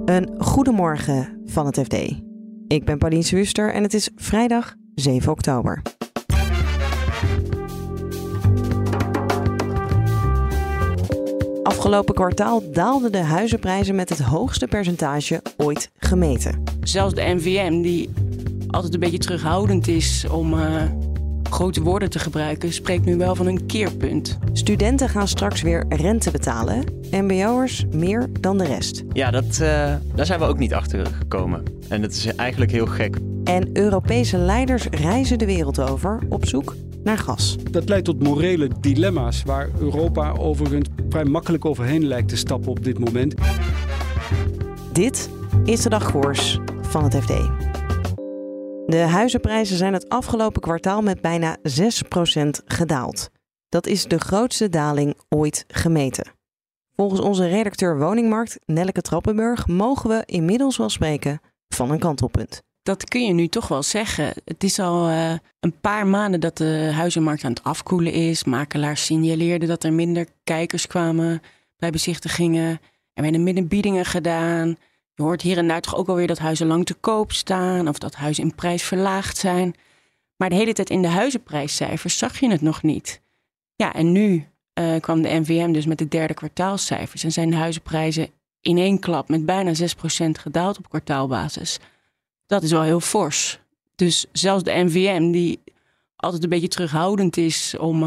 Een goedemorgen van het FD. Ik ben Pauline Swuster en het is vrijdag 7 oktober. Afgelopen kwartaal daalden de huizenprijzen met het hoogste percentage ooit gemeten. Zelfs de NVM, die altijd een beetje terughoudend is om grote woorden te gebruiken, spreekt nu wel van een keerpunt. Studenten gaan straks weer rente betalen. MBO'ers meer dan de rest. Ja, daar zijn we ook niet achter gekomen. En dat is eigenlijk heel gek. En Europese leiders reizen de wereld over op zoek naar gas. Dat leidt tot morele dilemma's waar Europa overigens vrij makkelijk overheen lijkt te stappen op dit moment. Dit is de dagkoers van het FD. De huizenprijzen zijn het afgelopen kwartaal met bijna 6% gedaald. Dat is de grootste daling ooit gemeten. Volgens onze redacteur Woningmarkt, Nelleke Trappenburg, mogen we inmiddels wel spreken van een kantelpunt. Dat kun je nu toch wel zeggen. Het is al een paar maanden dat de huizenmarkt aan het afkoelen is. Makelaars signaleerden dat er minder kijkers kwamen bij bezichtigingen. Er werden minder biedingen gedaan. Je hoort hier en daar toch ook alweer dat huizen lang te koop staan of dat huizen in prijs verlaagd zijn. Maar de hele tijd in de huizenprijscijfers zag je het nog niet. Ja, en nu kwam de NVM dus met de derde kwartaalcijfers en zijn de huizenprijzen in één klap met bijna 6% gedaald op kwartaalbasis. Dat is wel heel fors. Dus zelfs de NVM, die altijd een beetje terughoudend is om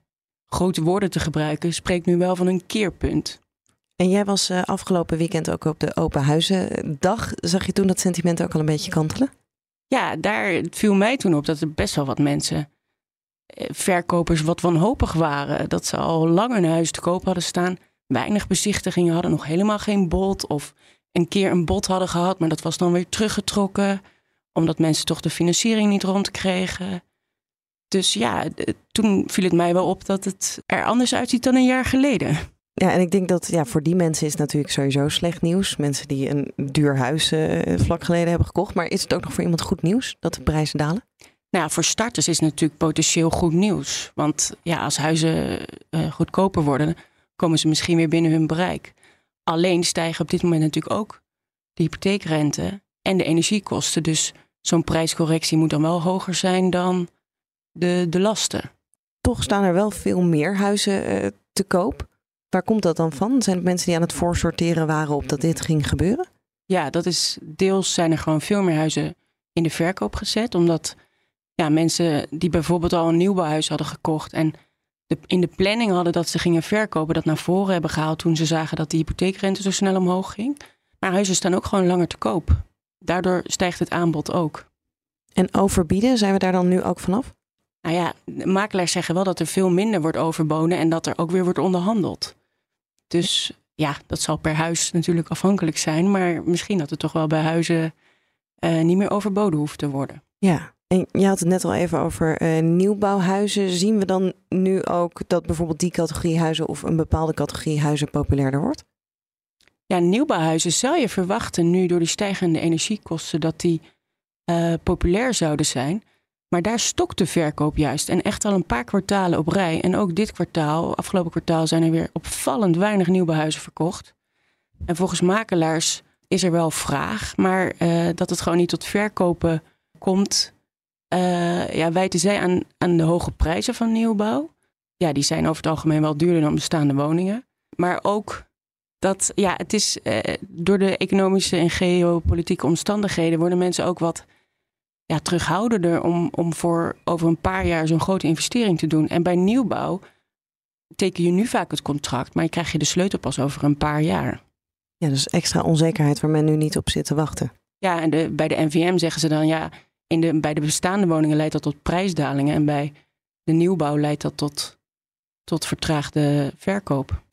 grote woorden te gebruiken, spreekt nu wel van een keerpunt. En jij was afgelopen weekend ook op de Open Huizendag. Zag je toen dat sentiment ook al een beetje kantelen? Ja, daar viel mij toen op dat er best wel wat mensen, verkopers, wat wanhopig waren. Dat ze al lang een huis te koop hadden staan. Weinig bezichtigingen hadden, nog helemaal geen bod. Of een keer een bod hadden gehad, maar dat was dan weer teruggetrokken. Omdat mensen toch de financiering niet rondkregen. Dus ja, toen viel het mij wel op dat het er anders uitziet dan een jaar geleden. Ja, en ik denk dat voor die mensen is het natuurlijk sowieso slecht nieuws. Mensen die een duur huis vlak geleden hebben gekocht. Maar is het ook nog voor iemand goed nieuws dat de prijzen dalen? Nou ja, voor starters is het natuurlijk potentieel goed nieuws. Want ja, als huizen goedkoper worden, komen ze misschien weer binnen hun bereik. Alleen stijgen op dit moment natuurlijk ook de hypotheekrente en de energiekosten. Dus zo'n prijscorrectie moet dan wel hoger zijn dan de lasten. Toch staan er wel veel meer huizen te koop. Waar komt dat dan van? Zijn het mensen die aan het voorsorteren waren op dat dit ging gebeuren? Ja, dat is deels zijn er gewoon veel meer huizen in de verkoop gezet. Omdat mensen die bijvoorbeeld al een nieuwbouwhuis hadden gekocht en in de planning hadden dat ze gingen verkopen, dat naar voren hebben gehaald toen ze zagen dat de hypotheekrente zo snel omhoog ging. Maar huizen staan ook gewoon langer te koop. Daardoor stijgt het aanbod ook. En overbieden, zijn we daar dan nu ook vanaf? Nou ja, de makelaars zeggen wel dat er veel minder wordt overboden en dat er ook weer wordt onderhandeld. Dus ja, dat zal per huis natuurlijk afhankelijk zijn, maar misschien dat het toch wel bij huizen niet meer overboden hoeft te worden. Ja, en je had het net al even over nieuwbouwhuizen. Zien we dan nu ook dat bijvoorbeeld die categorie huizen of een bepaalde categorie huizen populairder wordt? Ja, nieuwbouwhuizen zou je verwachten nu door die stijgende energiekosten dat die populair zouden zijn. Maar daar stokt de verkoop juist. En echt al een paar kwartalen op rij. En ook dit kwartaal, afgelopen kwartaal, zijn er weer opvallend weinig nieuwbouwhuizen verkocht. En volgens makelaars is er wel vraag. Maar dat het gewoon niet tot verkopen komt, wijten zij aan de hoge prijzen van nieuwbouw. Ja, die zijn over het algemeen wel duurder dan bestaande woningen. Maar ook dat, het is door de economische en geopolitieke omstandigheden worden mensen ook wat terughoudender om voor over een paar jaar zo'n grote investering te doen. En bij nieuwbouw teken je nu vaak het contract, maar je krijgt de sleutel pas over een paar jaar. Ja, dus extra onzekerheid waar men nu niet op zit te wachten. Ja, en bij de NVM zeggen ze dan, bij de bestaande woningen leidt dat tot prijsdalingen en bij de nieuwbouw leidt dat tot vertraagde verkoop.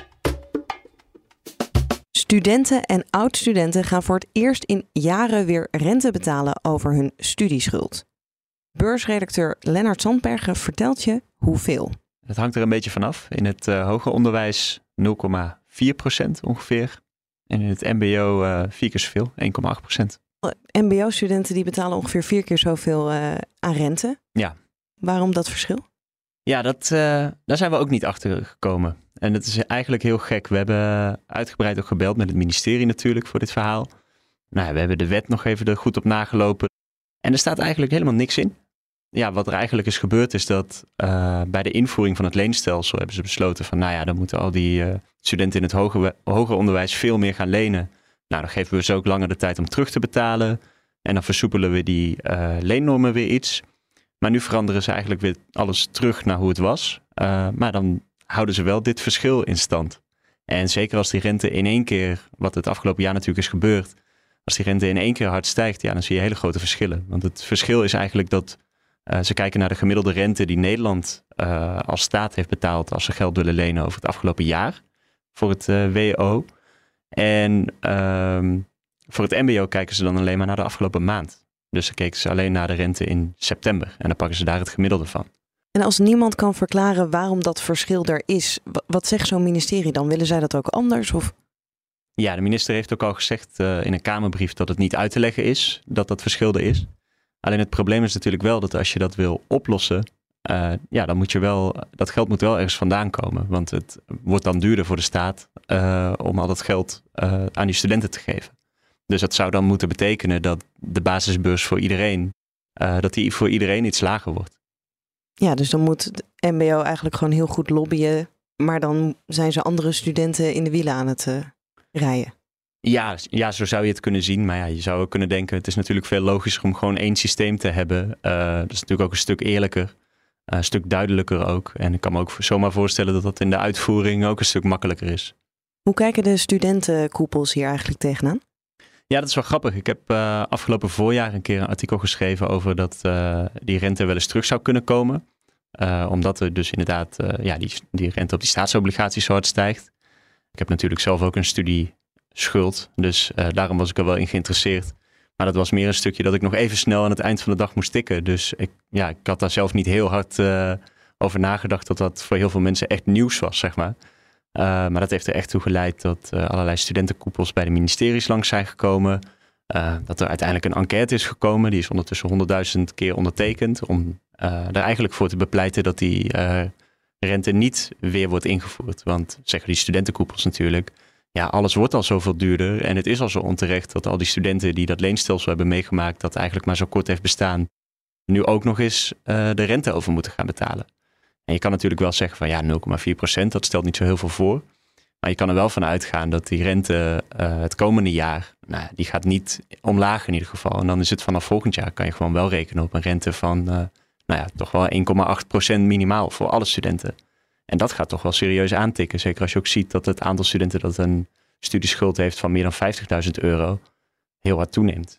Studenten en oud-studenten gaan voor het eerst in jaren weer rente betalen over hun studieschuld. Beursredacteur Lennart Zandbergen vertelt je hoeveel. Het hangt er een beetje vanaf. In het hoger onderwijs 0,4% ongeveer. En in het mbo 4 keer zoveel, 1,8%. MBO-studenten die betalen ongeveer 4 keer zoveel aan rente. Ja. Waarom dat verschil? Ja, daar zijn we ook niet achter gekomen. En dat is eigenlijk heel gek. We hebben uitgebreid ook gebeld met het ministerie natuurlijk voor dit verhaal. Nou, we hebben de wet nog even er goed op nagelopen. En er staat eigenlijk helemaal niks in. Ja, wat er eigenlijk is gebeurd is dat bij de invoering van het leenstelsel hebben ze besloten van, nou ja, dan moeten al die studenten in het hoger onderwijs veel meer gaan lenen. Nou, dan geven we ze ook langer de tijd om terug te betalen. En dan versoepelen we die leennormen weer iets. Maar nu veranderen ze eigenlijk weer alles terug naar hoe het was. Maar dan houden ze wel dit verschil in stand. En zeker als die rente in één keer, wat het afgelopen jaar natuurlijk is gebeurd, als die rente in één keer hard stijgt, ja, dan zie je hele grote verschillen. Want het verschil is eigenlijk dat ze kijken naar de gemiddelde rente die Nederland als staat heeft betaald als ze geld willen lenen over het afgelopen jaar voor het WO. En voor het mbo kijken ze dan alleen maar naar de afgelopen maand. Dus dan keken ze alleen naar de rente in september. En dan pakken ze daar het gemiddelde van. En als niemand kan verklaren waarom dat verschil er is, wat zegt zo'n ministerie dan? Willen zij dat ook anders? Of? Ja, de minister heeft ook al gezegd in een Kamerbrief dat het niet uit te leggen is dat dat verschil er is. Alleen het probleem is natuurlijk wel dat als je dat wil oplossen, dan moet je wel, dat geld moet wel ergens vandaan komen. Want het wordt dan duurder voor de staat om al dat geld aan die studenten te geven. Dus dat zou dan moeten betekenen dat de basisbeurs voor iedereen, dat die voor iedereen iets lager wordt. Ja, dus dan moet het mbo eigenlijk gewoon heel goed lobbyen, maar dan zijn ze andere studenten in de wielen aan het rijden. Ja, zo zou je het kunnen zien. Maar ja, je zou ook kunnen denken, het is natuurlijk veel logischer om gewoon één systeem te hebben. Dat is natuurlijk ook een stuk eerlijker, een stuk duidelijker ook. En ik kan me ook zomaar voorstellen dat dat in de uitvoering ook een stuk makkelijker is. Hoe kijken de studentenkoepels hier eigenlijk tegenaan? Ja, dat is wel grappig. Ik heb afgelopen voorjaar een keer een artikel geschreven over dat die rente wel eens terug zou kunnen komen. Omdat er dus inderdaad die rente op die staatsobligaties zo hard stijgt. Ik heb natuurlijk zelf ook een studieschuld, dus daarom was ik er wel in geïnteresseerd. Maar dat was meer een stukje dat ik nog even snel aan het eind van de dag moest tikken. Dus ik had daar zelf niet heel hard over nagedacht dat dat voor heel veel mensen echt nieuws was, zeg maar. Maar dat heeft er echt toe geleid dat allerlei studentenkoepels bij de ministeries langs zijn gekomen. Dat er uiteindelijk een enquête is gekomen. Die is ondertussen 100.000 keer ondertekend. Om er eigenlijk voor te bepleiten dat die rente niet weer wordt ingevoerd. Want zeggen die studentenkoepels natuurlijk, ja, alles wordt al zoveel duurder. En het is al zo onterecht dat al die studenten die dat leenstelsel hebben meegemaakt, dat eigenlijk maar zo kort heeft bestaan, nu ook nog eens de rente over moeten gaan betalen. En je kan natuurlijk wel zeggen van ja, 0,4%, dat stelt niet zo heel veel voor. Maar je kan er wel van uitgaan dat die rente het komende jaar, die gaat niet omlaag in ieder geval. En dan is het vanaf volgend jaar, kan je gewoon wel rekenen op een rente van toch wel 1,8% minimaal voor alle studenten. En dat gaat toch wel serieus aantikken. Zeker als je ook ziet dat het aantal studenten dat een studieschuld heeft van meer dan €50.000 heel hard toeneemt.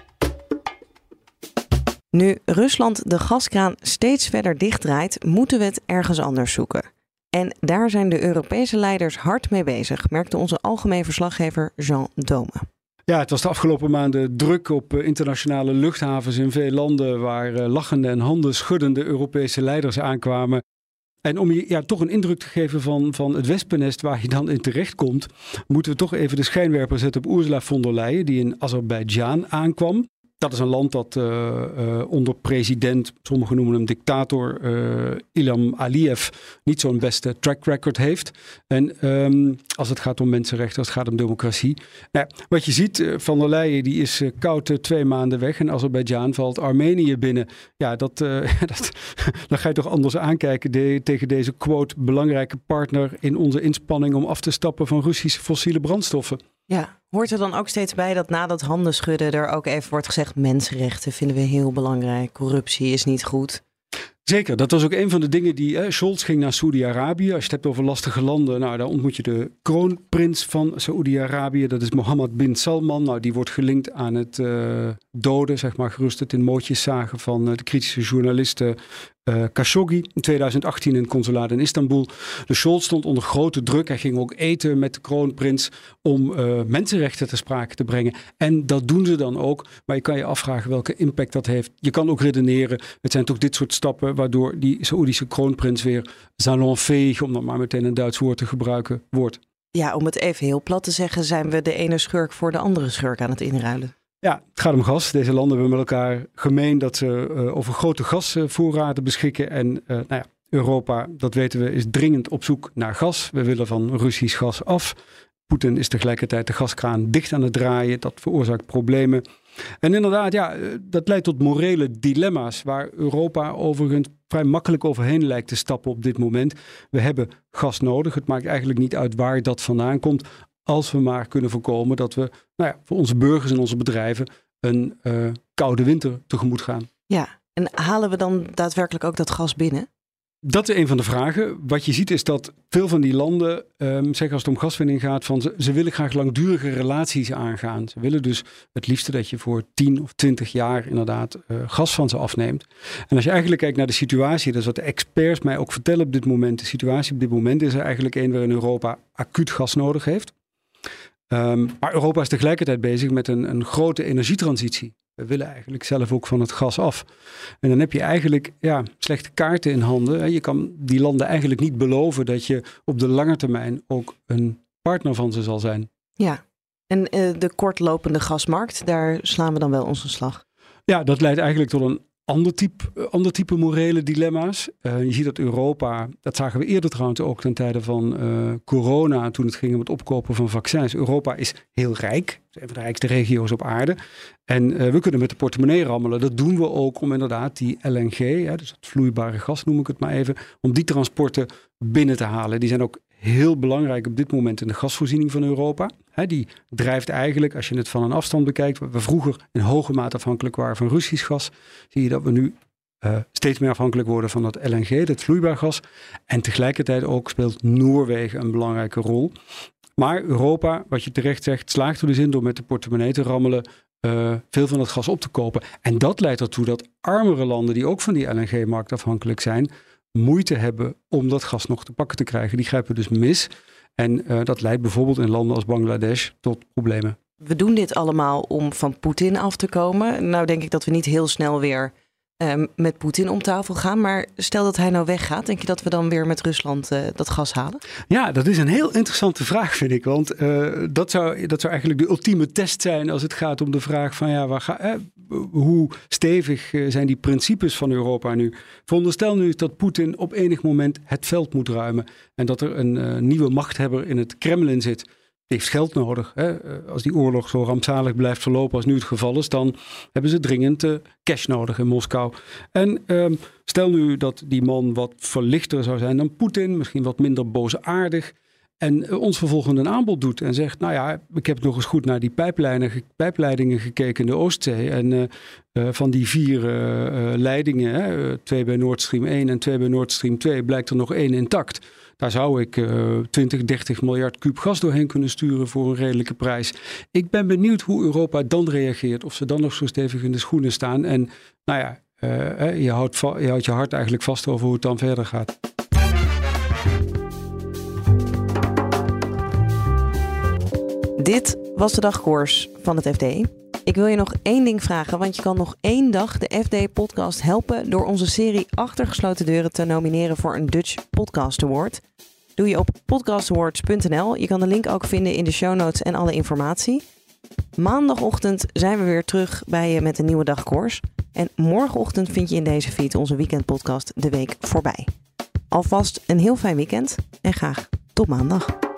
Nu Rusland de gaskraan steeds verder dichtdraait, moeten we het ergens anders zoeken. En daar zijn de Europese leiders hard mee bezig, merkte onze algemeen verslaggever Jean Dome. Ja, het was de afgelopen maanden druk op internationale luchthavens in veel landen waar lachende en handen schuddende Europese leiders aankwamen. En om je toch een indruk te geven van het wespennest waar je dan in terechtkomt, moeten we toch even de schijnwerper zetten op Ursula von der Leyen, die in Azerbeidzjan aankwam. Dat is een land dat onder president, sommigen noemen hem dictator, Ilham Aliyev, niet zo'n beste track record heeft. En als het gaat om mensenrechten, als het gaat om democratie. Nou, wat je ziet, Von der Leyen die is koud 2 maanden weg. En Azerbeidzjan valt Armenië binnen. Ja, dan ga je toch anders aankijken tegen deze quote belangrijke partner in onze inspanning om af te stappen van Russische fossiele brandstoffen. Ja, hoort er dan ook steeds bij dat na dat handen schudden er ook even wordt gezegd, mensenrechten vinden we heel belangrijk, corruptie is niet goed. Zeker, dat was ook een van de dingen die Scholz ging naar Saoedi-Arabië. Als je het hebt over lastige landen, daar ontmoet je de kroonprins van Saoedi-Arabië. Dat is Mohammed bin Salman. Die wordt gelinkt aan het doden, zeg maar, gerust het in mootjes zagen van de kritische journaliste Khashoggi in 2018 in het consulaat in Istanbul. De Scholz stond onder grote druk. Hij ging ook eten met de kroonprins om mensenrechten ter sprake te brengen. En dat doen ze dan ook. Maar je kan je afvragen welke impact dat heeft. Je kan ook redeneren. Het zijn toch dit soort stappen waardoor die Saoedische kroonprins weer salonfähig, om dan maar meteen een Duits woord te gebruiken, wordt. Ja, om het even heel plat te zeggen, zijn we de ene schurk voor de andere schurk aan het inruilen. Ja, het gaat om gas. Deze landen hebben met elkaar gemeen dat ze over grote gasvoorraden beschikken. En Europa, dat weten we, is dringend op zoek naar gas. We willen van Russisch gas af. Poetin is tegelijkertijd de gaskraan dicht aan het draaien. Dat veroorzaakt problemen. En inderdaad, dat leidt tot morele dilemma's waar Europa overigens vrij makkelijk overheen lijkt te stappen op dit moment. We hebben gas nodig. Het maakt eigenlijk niet uit waar dat vandaan komt. Als we maar kunnen voorkomen dat we voor onze burgers en onze bedrijven een koude winter tegemoet gaan. Ja, en halen we dan daadwerkelijk ook dat gas binnen? Dat is een van de vragen. Wat je ziet is dat veel van die landen zeggen als het om gaswinning gaat van ze willen graag langdurige relaties aangaan. Ze willen dus het liefste dat je voor 10 of 20 jaar inderdaad gas van ze afneemt. En als je eigenlijk kijkt naar de situatie, dat is wat de experts mij ook vertellen op dit moment. De situatie op dit moment is er eigenlijk een waarin Europa acuut gas nodig heeft. Maar Europa is tegelijkertijd bezig met een grote energietransitie. We willen eigenlijk zelf ook van het gas af. En dan heb je eigenlijk slechte kaarten in handen. Je kan die landen eigenlijk niet beloven dat je op de lange termijn ook een partner van ze zal zijn. Ja, en de kortlopende gasmarkt, daar slaan we dan wel onze slag. Ja, dat leidt eigenlijk tot een ander type morele dilemma's. Je ziet dat Europa, dat zagen we eerder trouwens ook ten tijde van corona, toen het ging om het opkopen van vaccins. Europa is heel rijk, een van de rijkste regio's op aarde. En we kunnen met de portemonnee rammelen. Dat doen we ook om inderdaad die LNG, dus het vloeibare gas noem ik het maar even, om die transporten binnen te halen. Die zijn ook heel belangrijk op dit moment in de gasvoorziening van Europa. Die drijft eigenlijk, als je het van een afstand bekijkt, waar we vroeger in hoge mate afhankelijk waren van Russisch gas, zie je dat we nu steeds meer afhankelijk worden van dat LNG, dat vloeibaar gas. En tegelijkertijd ook speelt Noorwegen een belangrijke rol. Maar Europa, wat je terecht zegt, slaagt er dus in door met de portemonnee te rammelen veel van het gas op te kopen. En dat leidt ertoe dat armere landen die ook van die LNG-markt afhankelijk zijn, moeite hebben om dat gas nog te pakken te krijgen. Die grijpen dus mis. En dat leidt bijvoorbeeld in landen als Bangladesh tot problemen. We doen dit allemaal om van Poetin af te komen. Nou denk ik dat we niet heel snel weer met Poetin om tafel gaan. Maar stel dat hij nou weggaat, denk je dat we dan weer met Rusland dat gas halen? Ja, dat is een heel interessante vraag, vind ik. Want dat zou eigenlijk de ultieme test zijn als het gaat om de vraag van hoe stevig zijn die principes van Europa nu? Veronderstel nu dat Poetin op enig moment het veld moet ruimen en dat er een nieuwe machthebber in het Kremlin zit. Die heeft geld nodig. Als die oorlog zo rampzalig blijft verlopen als nu het geval is, dan hebben ze dringend cash nodig in Moskou. En stel nu dat die man wat verlichter zou zijn dan Poetin, misschien wat minder boosaardig, en ons vervolgens een aanbod doet en zegt, ik heb nog eens goed naar die pijpleidingen gekeken in de Oostzee. En van die 4 leidingen, 2 bij Nord Stream 1 en 2 bij Nord Stream 2, blijkt er nog 1 intact. Daar zou ik 20, 30 miljard kuub gas doorheen kunnen sturen voor een redelijke prijs. Ik ben benieuwd hoe Europa dan reageert. Of ze dan nog zo stevig in de schoenen staan. En je houdt je hart eigenlijk vast over hoe het dan verder gaat. Dit was de dagkoers van het FD. Ik wil je nog 1 ding vragen, want je kan nog 1 dag de FD-podcast helpen door onze serie Achter gesloten deuren te nomineren voor een Dutch Podcast Award. Doe je op podcastawards.nl. Je kan de link ook vinden in de show notes en alle informatie. Maandagochtend zijn we weer terug bij je met een nieuwe dagkoers. En morgenochtend vind je in deze feed onze weekendpodcast De Week Voorbij. Alvast een heel fijn weekend en graag tot maandag.